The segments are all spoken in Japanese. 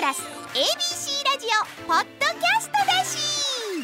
ラス ABC ラジオポッドキャストだし。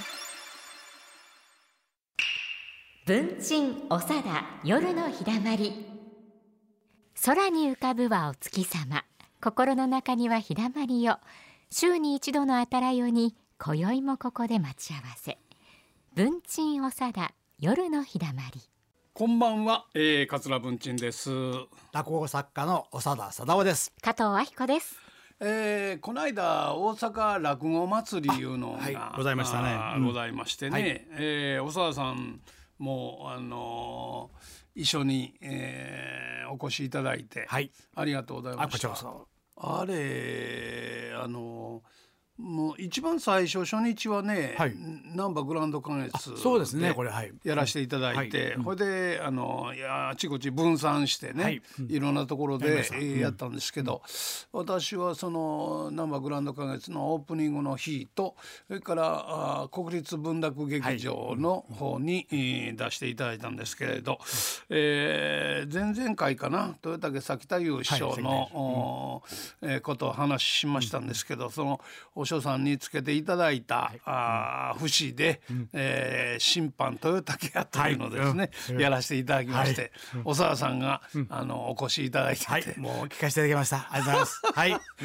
文鎮おさだ夜のひだまり。空に浮かぶはお月様、心の中にはひだまりよ。週に一度のあたらよに今宵もここで待ち合わせ。文鎮おさだ夜のひだまり。 こんばんは、桂文鎮です。 落語作家の長田貞夫です。 加藤明子です。 この間大阪落語祭りいうのが、 はいございましたね、 ございましてね、長田さんも一緒に、お越しいただいて、 はい、 ありがとうございました。 こちらこそ。 あれもう一番最初初日はね、 はい、 なんばグランド花月そうですね、これ、はい、 やらせていただいて、これであちこち分散してね、いろんなところでやったんですけど、私はそのなんばグランド花月のオープニングの日と、それから国立文楽劇場の方に出していただいたんですけれど、前々回かな、豊竹咲田優師匠のことを話しましたんですけど、そのお師匠さんにつけていただいた節で、審判豊竹屋というのをですね、やらせていただきまして、長田さんがお越しいただいてて、 もう聞かせていただきました。ありがとうございます。はい、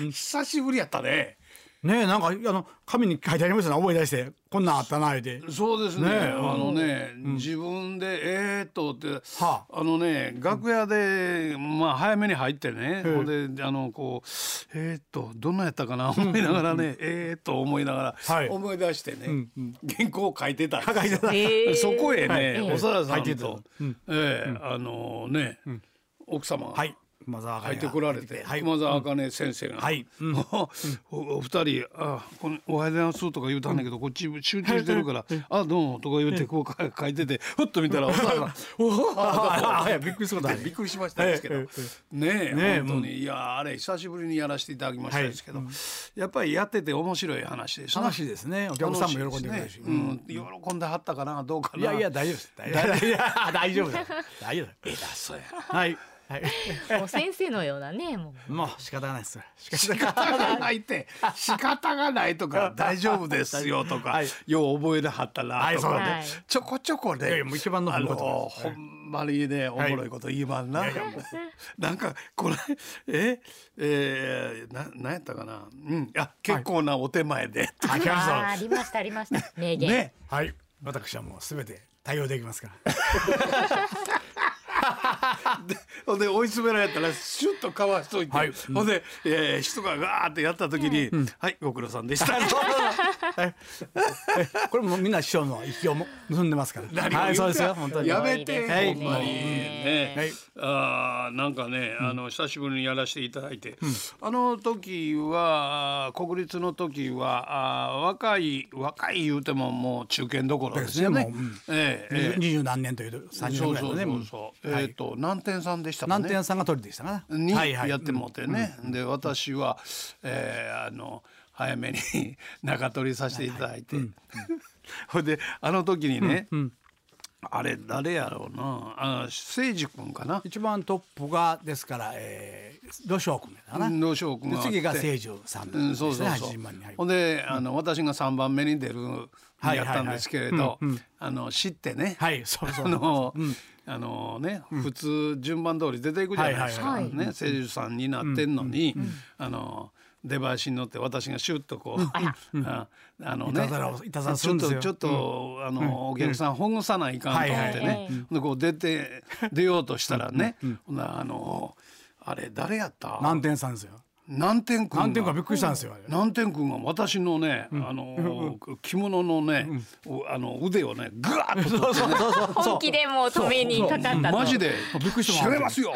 久しぶりやったね。 ねえ、なんか紙に書いてありましたね、思い出してこんなんあったなって。 そうですね、自分でって楽屋で早めに入ってね、ほんでこうどんなやったかな思いながらね思いながら思い出してね、原稿を書いてたんですよ。そこへね、長田さんと奥様が入ってこられて、熊沢茜先生がお二人おはようございますとか言うたんだけど、こっち集中してるからあどうもとか言ってこう書いてて、ふっと見たらおさんがびっくりすることある。 びっくりしましたですけどね、本当にいやあれ久しぶりにやらせていただきましたですけど、やっぱりやってて面白い話でした。 話ですね。お客さんも喜んでくれるし、 喜んではったかなどうかな。 いや大丈夫です。大丈夫だ。 偉そうや。 はい。 もう先生のようなね、もう仕方がないです。 仕方がないって仕方がないとか大丈夫ですよとか、よう覚えてはったなとかね、ちょこちょこで一番のほんまにねおもろいこと言いまんな。なんかこれ何やったかな、結構なお手前でありました名言ね。はい、私はもうすべて対応できますから。 ほんで追い詰められたらシュッとかわしといて、ほんで人がガーってやった時にはいご苦労さんでした。 これもみんな師匠の息を結んでますから。はい、そうですよ。本当にやめてほんまにね。なんかね久しぶりにやらせていただいて、あの時は国立の時は若い言うてももう中堅どころですよね。 20何年という30年ぐらいのね。 南天さんでしたかね。 南天さんが鳥でしたかなにやってもってね、で私は早めに中取りさせていただいて、ほいであの時にね、あれ誰やろうな、誠司君かな、 一番トップがですから土正君かな。 土正君があって次が誠司さんですね。 ほんで私が3番目に出るやったんですけれど、知ってね、普通順番通り出ていくじゃないですかね。誠司さんになってんのに出囃子に乗って私がシュッとこうちょっとお客さんほぐさないかんと思ってね、でこう出ようとしたらね、あれ誰やった？ 南天さんですよ。 南天君がびっくりしたんですよ。 南天君が私のね着物のね腕をねグワッと取ってね、 本気でもう止めにかかったと。 マジでびっくりした。 調べますよ。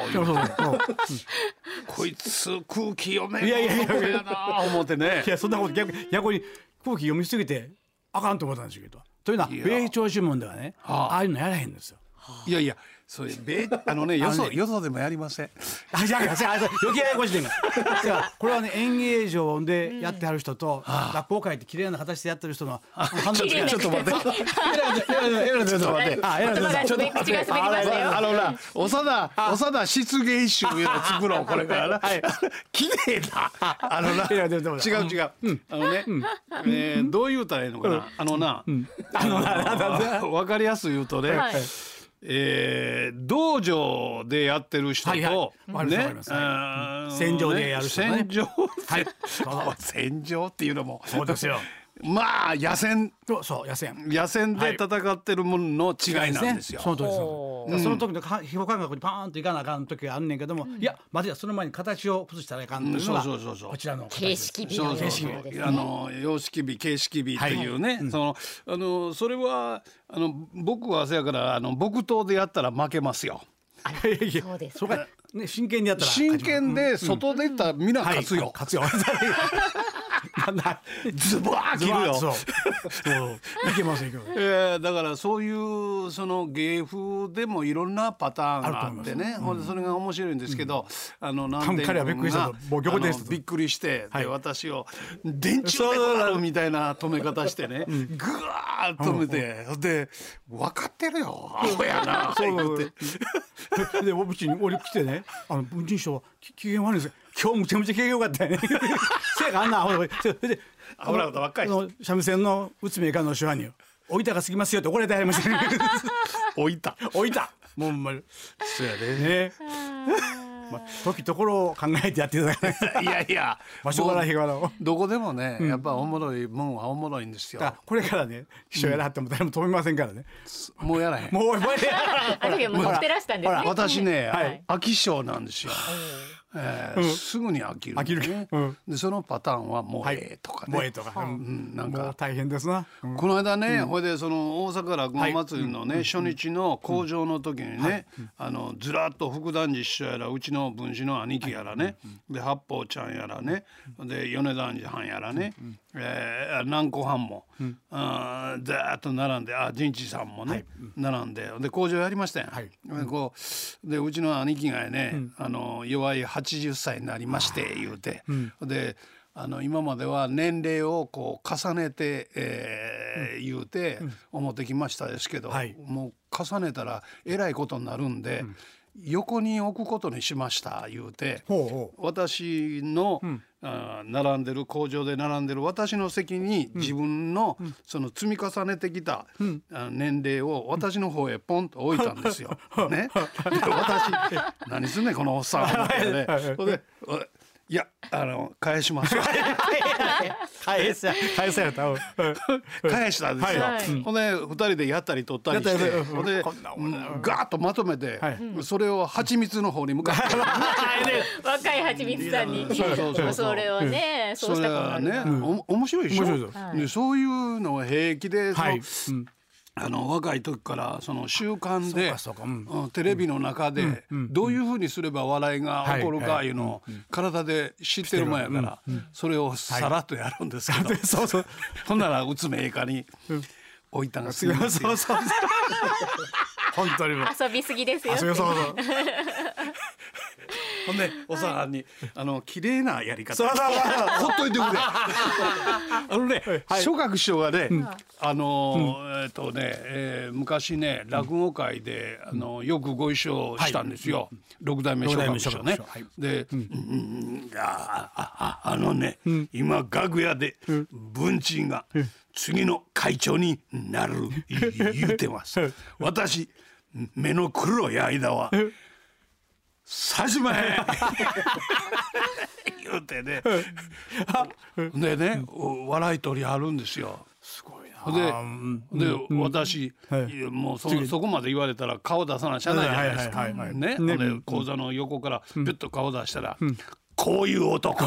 こいつ空気読める男やな思ってね。 いやそんなこと逆に空気読みすぎてあかんと思ったんですけど。というのは米朝新聞ではね、ああいうのやらへんですよ。 いやそういうよそでもやりません。 あ、じゃあ余計ややこしいねんがこれはね演芸場でやってはる人と、落語会って綺麗な形でやってる人の判断違い。 ちょっと待って。ちょっと待って。 言葉が口が滑りましたよ。 な、長田失芸集いうの作ろうこれからな。綺麗だ。違う。どう言うたらいいのかな。わかりやすい言うとね。道場でやってる人と戦場でやる人ね。 戦場っていうのもそうですよ。 まあ野戦で戦ってるものの違いなんですよ。 その通りです。その時の批評感覚にパーンといかなあかん時があんねんけども、いやまずはその前に形を崩したらいかんというのがこちらの形式美の様式美形式美っていうね、それは僕はせやから木刀でやったら負けますよ。 そうです。 そうかね、真剣にやったら真剣で外でいったらみんな勝つよ。ズバー切るよ。 いけませんけど。 だからそういうその芸風でもいろんなパターンがあってね、それが面白いんですけど、なんていうのがびっくりして私を電柱でござるみたいな止め方してね、ぐわーっと止めて、で分かってるよアホやなって言って。 でうちに降りてきてね、文人師匠機嫌悪いんですよ。今日むちゃむちゃ機嫌良かったよね。せやかあんなで危ないことばっかり三味線の内海からの手話に置いたが過ぎますよって怒られてはりましたね。 置いたもうほんまにそうやね。 時ところを考えてやっていただかない。 いや場所から日柄をどこでもね、やっぱおもろいもんはおもろいんですよ。 これからね秘書やらはっても誰も止めませんからね。 もうやらへん。 もうあの時はもうしてらしたんですね。 私ね飽き性なんですよ。すぐに飽きるね。でそのパターンはもうええとかね。 もうええとかなんか大変ですな。 この間ね、ほいでその大阪落語祭りのね初日の口上の時にね、ずらっと福団治師匠やらうちの文枝の兄貴やらね、で八方ちゃんやらね、で米團治藩やらね、南光藩もざーっと並んで、陣地さんもね並んで、で口上やりましたやん。こうでうちの兄貴がね、弱い80歳になりまして言うて、で今までは年齢をこう重ねて、言うて思ってきましたですけど、もう重ねたらえらいことになるんで、横に置くことにしました言うて、私の、並んでる工場で並んでる私の席に自分のその積み重ねてきた、年齢を私の方へポンと置いたんですよ。ね、で私何すんねんこのおっさん思ってね。でいや返します返したんですよ。ほんで2人でやったり取ったりして、ほんでガーッとまとめて、それを蜂蜜の方に向かって若い蜂蜜さんにそれをね、そうしたことあるな。 面白いでしょ。でそういうのを平気で若い時からその習慣でテレビの中でどういうふうにすれば笑いが起こるかいうのを体で知ってるもんやから、それをさらっとやるんですけど、ほんならうつめえかに置いたがすぎますよ。 本当に遊びすぎですよ。 ほんでおさんに綺麗なやり方ほっといてくれ。松鶴師匠がね昔ね落語会でよくご一緒したんですよ、六代目松鶴師匠ね。で今楽屋で文鎮が次の会長になる言うてます。私目の黒い間はさしまへん言うてね。でね笑い取りあるんですよ。 すごいな。 で私もうそこまで言われたら顔出さなしゃないじゃないですかね。で講座の横からピュッと顔出したらこういう男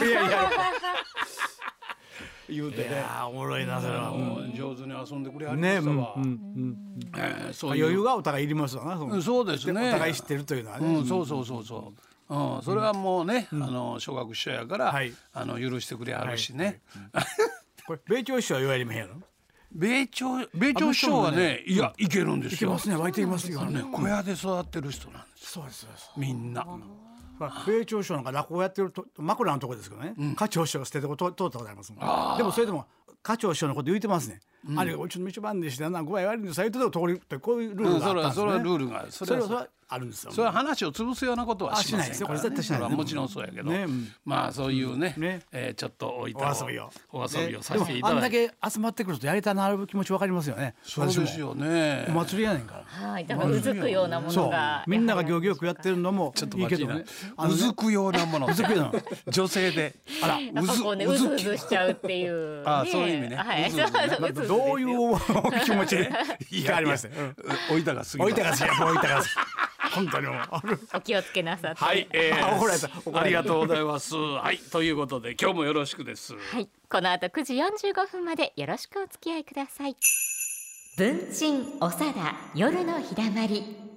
言うてね。 おもろいなそれは。 上手に遊んでくれはりましたわ。 余裕がお互いいりますわな。 そうですね。 お互い知ってるというのはね。 そう。それはもうね小学師匠やから許してくれはるしね。 これ米朝師匠は言われまへんやろ。 米朝師匠はね、いやいけるんですよ。 いけますね、湧いていますよね。 小屋で育ってる人なんです。 そうですそうです。 みんな。 米朝師匠なんか落語やってると枕のところですけどね、課長師匠捨ててこ通ったことありますもん。でもそれでも課長師匠のこと言ってますね。あれがうちの一番弟子で具合悪いんでさ言ってた通りってこういうルールがあったんですね。 それはルールがそれはあるんですよ。 それは話を潰すようなことはしませんからね。 絶対しないですね。 もちろんそうやけど、まあそういうね、ちょっとお遊びをさせていただいて、 あんだけ集まってくるとやりたなる気持ちわかりますよね。 そうですよね。 お祭りやねんから。 はい、だからうずくようなものが、 みんなが行儀よくやってるのもいいけどね。 うずくようなもの。うずくような女性で、 なんかこうね、うずうずしちゃうっていう。 そういう意味ね。 はい。 どういう気持ちでいかありました。 おいたが過ぎ。 おいたが過ぎ。本当にお気をつけなさって。 はい、ありがとうございます。はい、ということで今日もよろしくです。 はい、この後9時45分までよろしくお付き合いください。文鎮おさだ夜のひだまり。